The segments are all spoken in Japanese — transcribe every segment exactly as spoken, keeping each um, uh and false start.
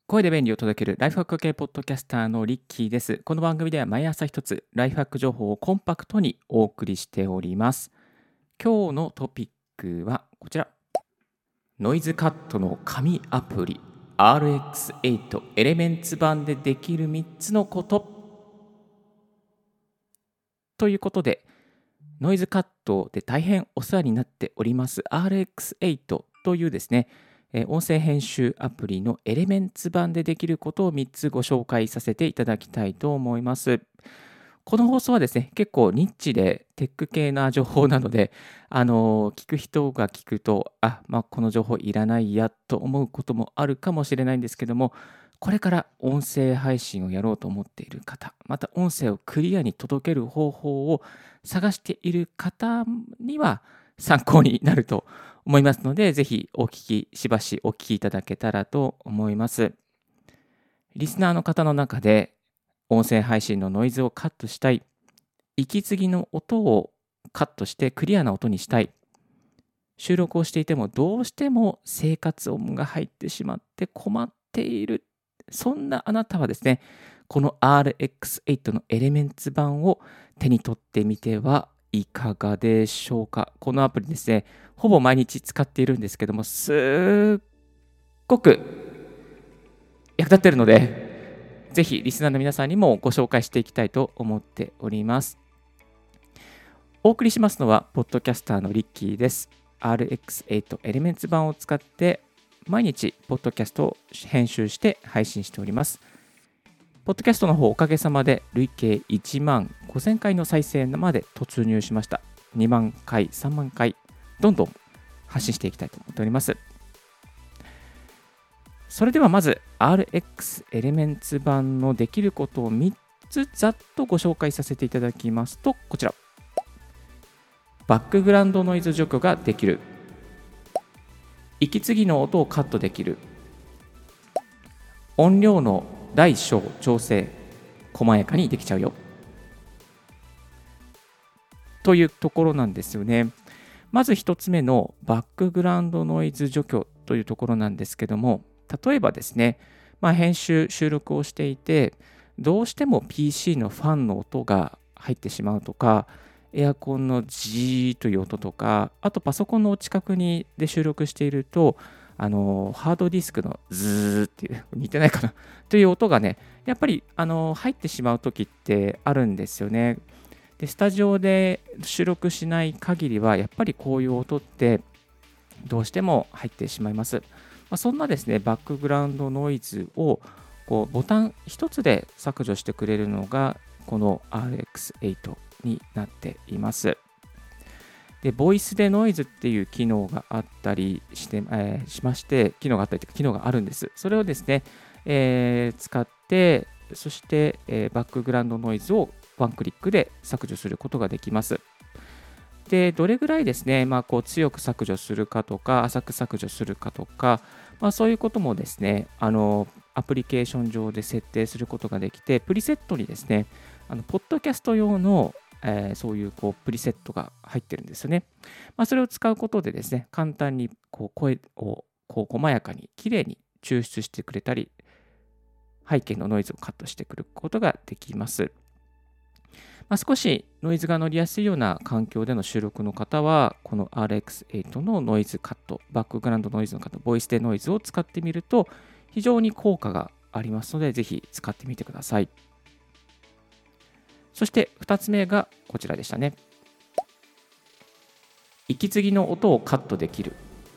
声で便利を届けるライフハック系ポッドキャスターのリッキーです。この番組では毎朝一つライフハック情報をコンパクトにお送りしております。今日のトピックはこちら。ノイズカットの紙アプリ アールエックスエイト エレメンツ版でできるみっつのことということで、ノイズカットで大変お世話になっております アールエックスエイト というですね、音声編集アプリのエレメンツ版でできることをみっつご紹介させていただきたいと思います。この放送はですね、結構ニッチでテック系な情報なので、あの聞く人が聞くと、あ、まあ、この情報いらないやと思うこともあるかもしれないんですけども、これから音声配信をやろうと思っている方、また音声をクリアに届ける方法を探している方には参考になると思いますので、ぜひお聞き、しばしお聞きいただけたらと思います。リスナーの方の中で、音声配信のノイズをカットしたい、息継ぎの音をカットしてクリアな音にしたい、収録をしていてもどうしても生活音が入ってしまって困っている、そんなあなたはですね、この アールエックスエイト のエレメンツ版を手に取ってみてはいかがでしょうか。このアプリですね、ほぼ毎日使っているんですけども、すっごく役立っているので、ぜひリスナーの皆さんにもご紹介していきたいと思っております。お送りしますのは、ポッドキャスターのリッキーです。アールエックスエイト エレメンツ版を使って、毎日、ポッドキャストを編集して配信しております。ポッドキャストの方、おかげさまで累計いちまんごせんかいの再生まで突入しました。にまんかい、さんまんかい、どんどん発信していきたいと思っております。それではまず アールエックス エレメンツ版のできることをみっつざっとご紹介させていただきますと、こちら。バックグラウンドノイズ除去ができる。息継ぎの音をカットできる。音量の大小調整、細やかにできちゃうよ。というところなんですよね。まずひとつめのバックグラウンドノイズ除去というところなんですけども、例えばですね、まあ、編集、収録をしていて、どうしても ピーシー のファンの音が入ってしまうとか、エアコンのジーという音とか、あとパソコンのお近くにで収録していると、あのハードディスクのズーっていう、似てないかなという音がね、やっぱりあの入ってしまう時ってあるんですよね。で、スタジオで収録しない限りは、やっぱりこういう音ってどうしても入ってしまいます。まあ、そんなですね、バックグラウンドノイズをこうボタン一つで削除してくれるのが、この アールエックスエイト になっています。で、ボイスでノイズっていう機能があったりして、えーしまして、機能があったりというか、機能があるんです。それをですね、えー使って、そして、えーバックグラウンドノイズをワンクリックで削除することができます。で、どれぐらいですね、まあ、こう強く削除するかとか、浅く削除するかとか、まあ、そういうこともですね、あの、アプリケーション上で設定することができて、プリセットにですね、あの、ポッドキャスト用の、えーそういうこうプリセットが入ってるんですよね。まあ、それを使うことでですね、簡単にこう声をこう細やかに、きれいに抽出してくれたり、背景のノイズをカットしてくることができます。まあ、少しノイズが乗りやすいような環境での収録の方は、この アールエックスエイト のノイズカット、バックグラウンドノイズの方、ボイスでノイズを使ってみると、非常に効果がありますので、ぜひ使ってみてください。そしてふたつめがこちらでしたね。息継ぎの音をカットできる。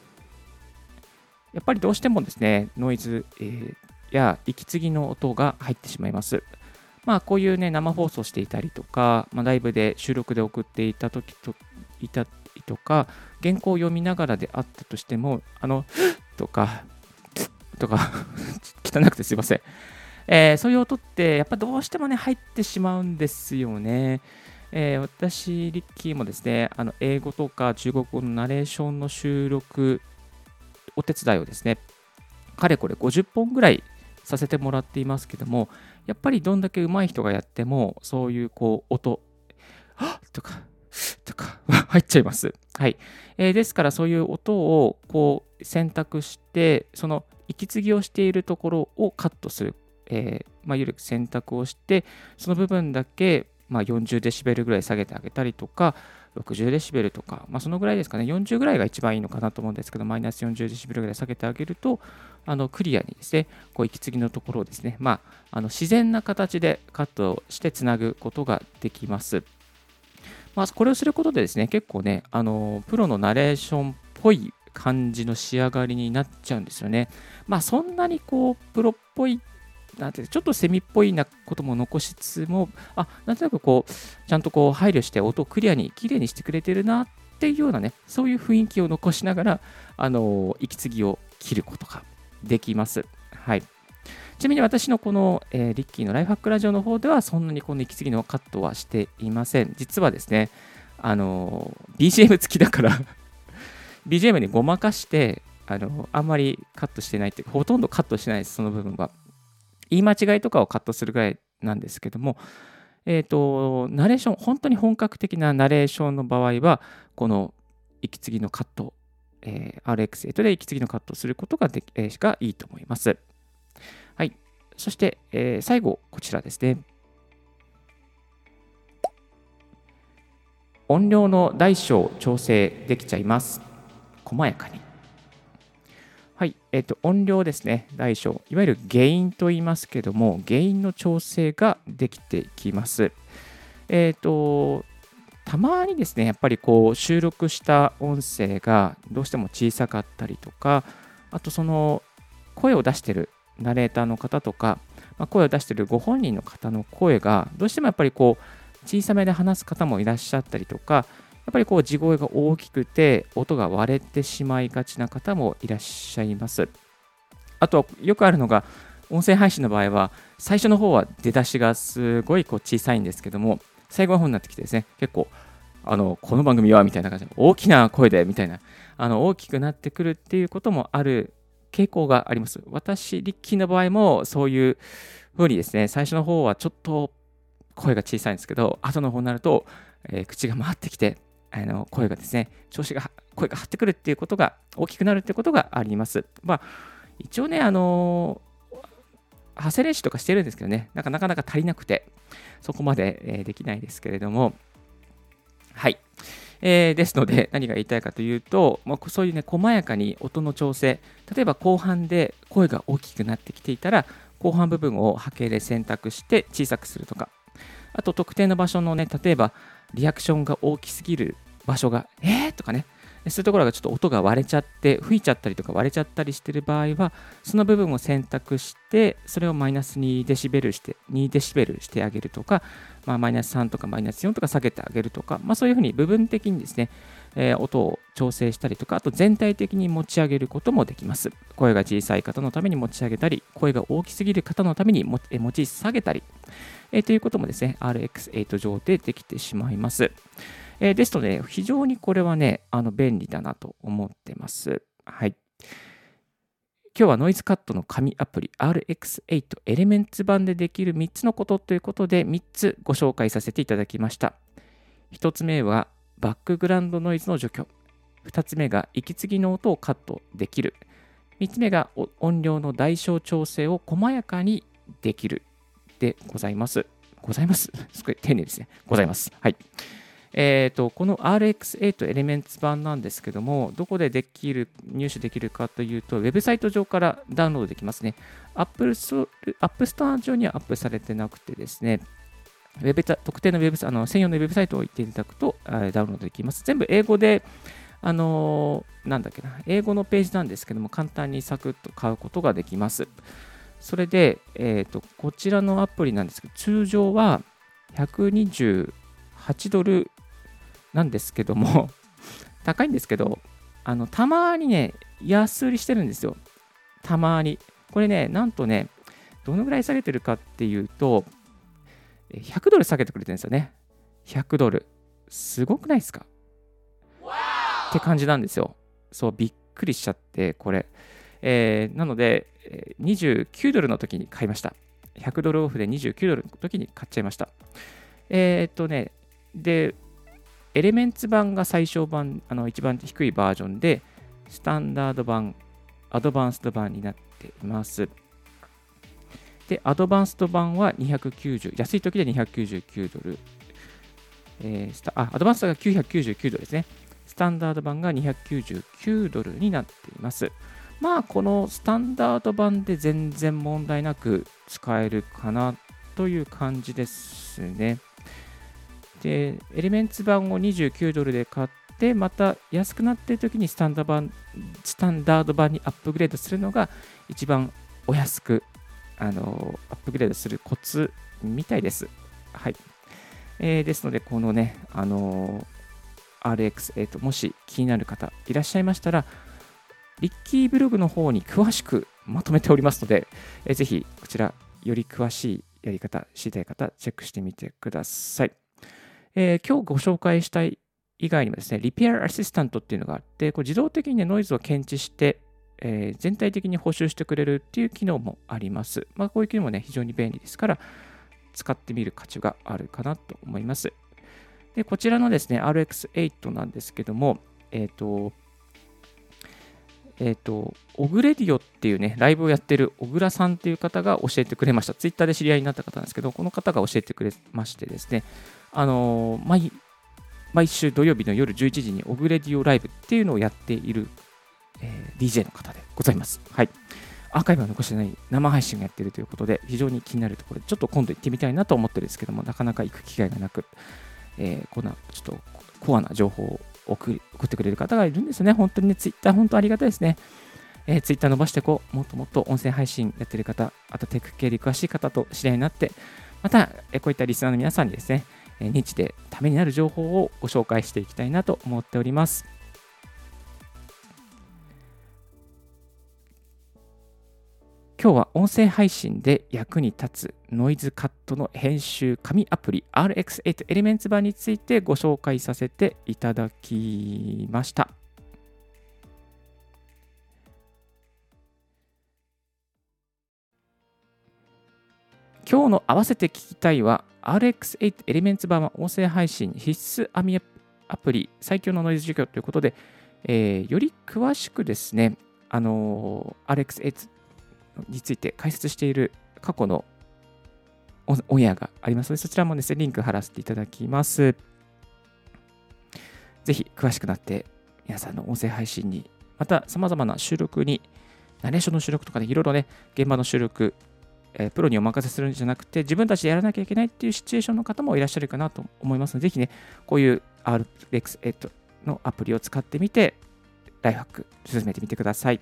やっぱりどうしてもですね、ノイズ、えーや息継ぎの音が入ってしまいます。まあ、こういうね、生放送していたりとか、まあ、ライブで収録で送っていた時といたりとか、原稿を読みながらであったとしても、あの、とか、とか汚くてすいません。えーそういう音って、やっぱどうしてもね、入ってしまうんですよね。えー私、リッキーもですね、あの英語とか中国語のナレーションの収録、お手伝いをですね、かれこれごじゅっぽんぐらいさせてもらっていますけども、やっぱりどんだけ上手い人がやっても、そういうこう音、はっとか、とか入っちゃいます。はい。えーですから、そういう音をこう選択して、その息継ぎをしているところをカットする、えーまあ、いわゆる選択をして、その部分だけ、まあ、よんじゅうデシベルぐらい下げてあげたりとか、ろくじゅうデシベルとか、まあ、そのぐらいですかね、よんじゅうぐらいが一番いいのかなと思うんですけど、マイナスよんじゅうデシベルぐらい下げてあげると、あのクリアにですね、こう息継ぎのところをですね、まあ、あの自然な形でカットしてつなぐことができます。まあ、これをすることでですね、結構ね、あのプロのナレーションっぽい感じの仕上がりになっちゃうんですよね。まあ、そんなにこう、プロっぽい、なんていうちょっとセミっぽいなことも残しつつも、あ、なんとなくこう、ちゃんとこう配慮して音をクリアに、綺麗にしてくれてるなっていうようなね、そういう雰囲気を残しながら、あの息継ぎを切ることができます。はい。ちなみに私のこの、えーリッキーのライフハックラジオの方では、そんなにこの息継ぎのカットはしていません。実はですね、あの ビージーエム 付きだからビージーエム にごまかして、あのあんまりカットしてないっていうか、ほとんどカットしてないです、その部分は。言い間違いとかをカットするぐらいなんですけども、えっ、と、ナレーション、本当に本格的なナレーションの場合は、この息継ぎのカット、えー アールエックスエイト で息継ぎのカットをすることができ、えーがいいと思います。はい。そして、えー最後、こちらですね。音量の大小調整できちゃいます。細やかに。はい。えっ、と、音量ですね。大小。いわゆるゲインと言いますけども、ゲインの調整ができてきます。えっ、と、たまにですね、やっぱりこう収録した音声がどうしても小さかったりとか、あとその声を出してるナレーターの方とか、まあ、声を出してるご本人の方の声がどうしてもやっぱりこう小さめで話す方もいらっしゃったりとか、やっぱりこう地声が大きくて音が割れてしまいがちな方もいらっしゃいます。あとよくあるのが、音声配信の場合は最初の方は出だしがすごいこう小さいんですけども、最後の方になってきてですね、結構あのこの番組はみたいな感じで大きな声でみたいな、あの大きくなってくるっていうこともある傾向があります。私、リッキーの場合もそういう風にですね、最初の方はちょっと声が小さいんですけど、後の方になると、えー口が回ってきて、あの声がですね、調子が、声が張ってくるっていうことが、大きくなるっていうことがあります。まあ、一応ね、あの発声練習とかしてるんですけどね、なかなかなか足りなくて、そこまで、えーできないですけれども、はい。えーですので、何が言いたいかというと、まあ、そういうね、細やかに音の調整、例えば後半で声が大きくなってきていたら、後半部分を波形で選択して小さくするとか、あと特定の場所のね、例えばリアクションが大きすぎる場所が、えーとかね、そういうところがちょっと音が割れちゃって、吹いちゃったりとか割れちゃったりしてる場合は、その部分を選択して、それをマイナスにデシベルして、にデシベルしてあげるとか、まあ、マイナスさんとかマイナスよんとか下げてあげるとか、まあ、そういうふうに部分的にですね、えー音を調整したりとか、あと全体的に持ち上げることもできます。声が小さい方のために持ち上げたり、声が大きすぎる方のためにもえー持ち下げたり、えーということもですね、アールエックスエイト 上でできてしまいます。えーですので、非常にこれはね、あの便利だなと思ってます。はい。今日はノイズカットの紙アプリ アールエックスエイト エレメンツ版でできるみっつのことということでみっつご紹介させていただきました。ひとつめはバックグラウンドノイズの除去。ふたつめが息継ぎの音をカットできる。みっつめが音量の大小調整を細やかにできるでございます。ございますすごい丁寧ですね。ございます。はい。えーと、この アールエックスエイト エレメンツ版なんですけども、どこでできる、入手できるかというと、ウェブサイト上からダウンロードできますね。Apple Store 上にはアップされてなくてですね、ウェブ特定のウェブあの専用のウェブサイトを行っていただくとダウンロードできます。全部英語で、あのーなんだっけな、英語のページなんですけども、簡単にサクッと買うことができます。それで、えーと、こちらのアプリなんですけど、通常はひゃくにじゅうはちドルなんですけども、高いんですけど、あのたまにね、安売りしてるんですよ。たまに。これね、なんとね、どのぐらい下げてるかっていうと、ひゃくドル下げてくれてるんですよね。ひゃくドル。すごくないですかって感じなんですよ。そう、びっくりしちゃって、これ。えーなので、えーにじゅうきゅうドルの時に買いました。ひゃくドルオフでにじゅうきゅうドルの時に買っちゃいました。えーっとね、で、エレメンツ版が最小版、あの一番低いバージョンで、スタンダード版、アドバンスド版になっています。で、アドバンスト版はにひゃくきゅうじゅう、安い時でにひゃくきゅうじゅうきゅうドル、えー、スタあアドバンストがきゅうひゃくきゅうじゅうきゅうドルですね。スタンダード版がにひゃくきゅうじゅうきゅうドルになっています。まあ、このスタンダード版で全然問題なく使えるかなという感じですね。で、エレメンツ版をにじゅうきゅうドルで買って、また安くなっている時にスタンダード版、スタンダード版にアップグレードするのが一番お安くあのアップグレードするコツみたいです。はい。えー、ですので、このね、あの アールエックスエイト、もし気になる方いらっしゃいましたら、リッキーブログの方に詳しくまとめておりますので、えー、ぜひこちら、より詳しいやり方、知りたい方、チェックしてみてください。えー、今日ご紹介したい以外にもですね、リペアアシスタントっていうのがあって、これ自動的に、ね、ノイズを検知して、えー、全体的に補修してくれるっていう機能もあります。まあ、こういう機能もね、非常に便利ですから、使ってみる価値があるかなと思います。で、こちらのですね、アールエックスエイト なんですけども、えっと、えっと、オグレディオっていうね、ライブをやってる小倉さんっていう方が教えてくれました。ツイッターで知り合いになった方なんですけど、この方が教えてくれましてですね、あのー、毎、毎週土曜日の夜じゅういちじにオグレディオライブっていうのをやっている、えー、ディージェー の方でございます。はい。アーカイブは残してない生配信をやっているということで、非常に気になるところで、ちょっと今度行ってみたいなと思ってるんですけども、なかなか行く機会がなく、えー、こんなちょっとコアな情報を送り送ってくれる方がいるんですね。本当にね、ツイッター本当ありがたいですね。えー、ツイッター伸ばしてこう、もっともっと音声配信やってる方、あとテック系で詳しい方と知り合いになって、また、えー、こういったリスナーの皆さんにですね、えー、ニッチでためになる情報をご紹介していきたいなと思っております。今日は音声配信で役に立つノイズカットの編集紙アプリ アールエックスエイト エレメンツ版についてご紹介させていただきました。今日の合わせて聞きたいは アールエックスエイト エレメンツ版は音声配信必須網アプリ最強のノイズ除去ということで、えー、より詳しくですね、あのー、アールエックスエイトについて解説している過去のオンエアがありますので、そちらもですね、リンク貼らせていただきます。ぜひ詳しくなって皆さんの音声配信に、また様々な収録に、ナレーションの収録とかでいろいろね、現場の収録、えー、プロにお任せするんじゃなくて、自分たちでやらなきゃいけないっていうシチュエーションの方もいらっしゃるかなと思いますので、ぜひね、こういう アールエックスエイト のアプリを使ってみて、ライフハック進めてみてください。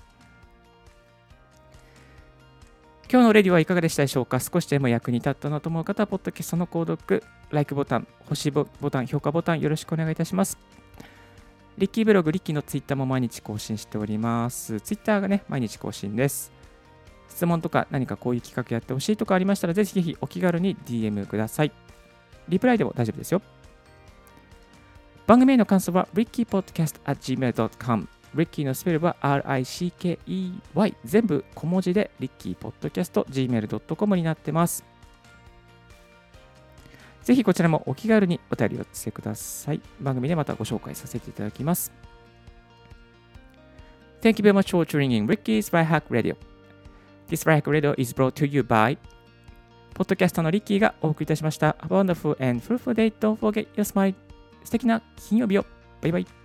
今日のレディはいかがでしたでしょうか。少しでも役に立ったなと思う方は、ポッドキャストの購読、LIKE ボタン、星ボタン、評価ボタンよろしくお願いいたします。リッキーブログ、リッキーのツイッターも毎日更新しております。ツイッターがね、毎日更新です。質問とか何かこういう企画やってほしいとかありましたら、ぜひぜひお気軽に ディーエム ください。リプライでも大丈夫ですよ。番組への感想は リッキーポッドキャスト アット ジーメール ドット コムリッキーのスペルは アールアイシーケーイーワイ 全部小文字でリッキーポッドキャスト ジーメール ドット コム になってます。ぜひこちらもお気軽にお便りをしてください。番組でまたご紹介させていただきます。Thank you very much for tuning in Ricky's Lifehack Radio。This Lifehack Radio is brought to you by ポッドキャスターのリッキーがお送りいたしました。Have a wonderful and fruitful day. Don't forget your smile. 素敵な金曜日を。バイバイ。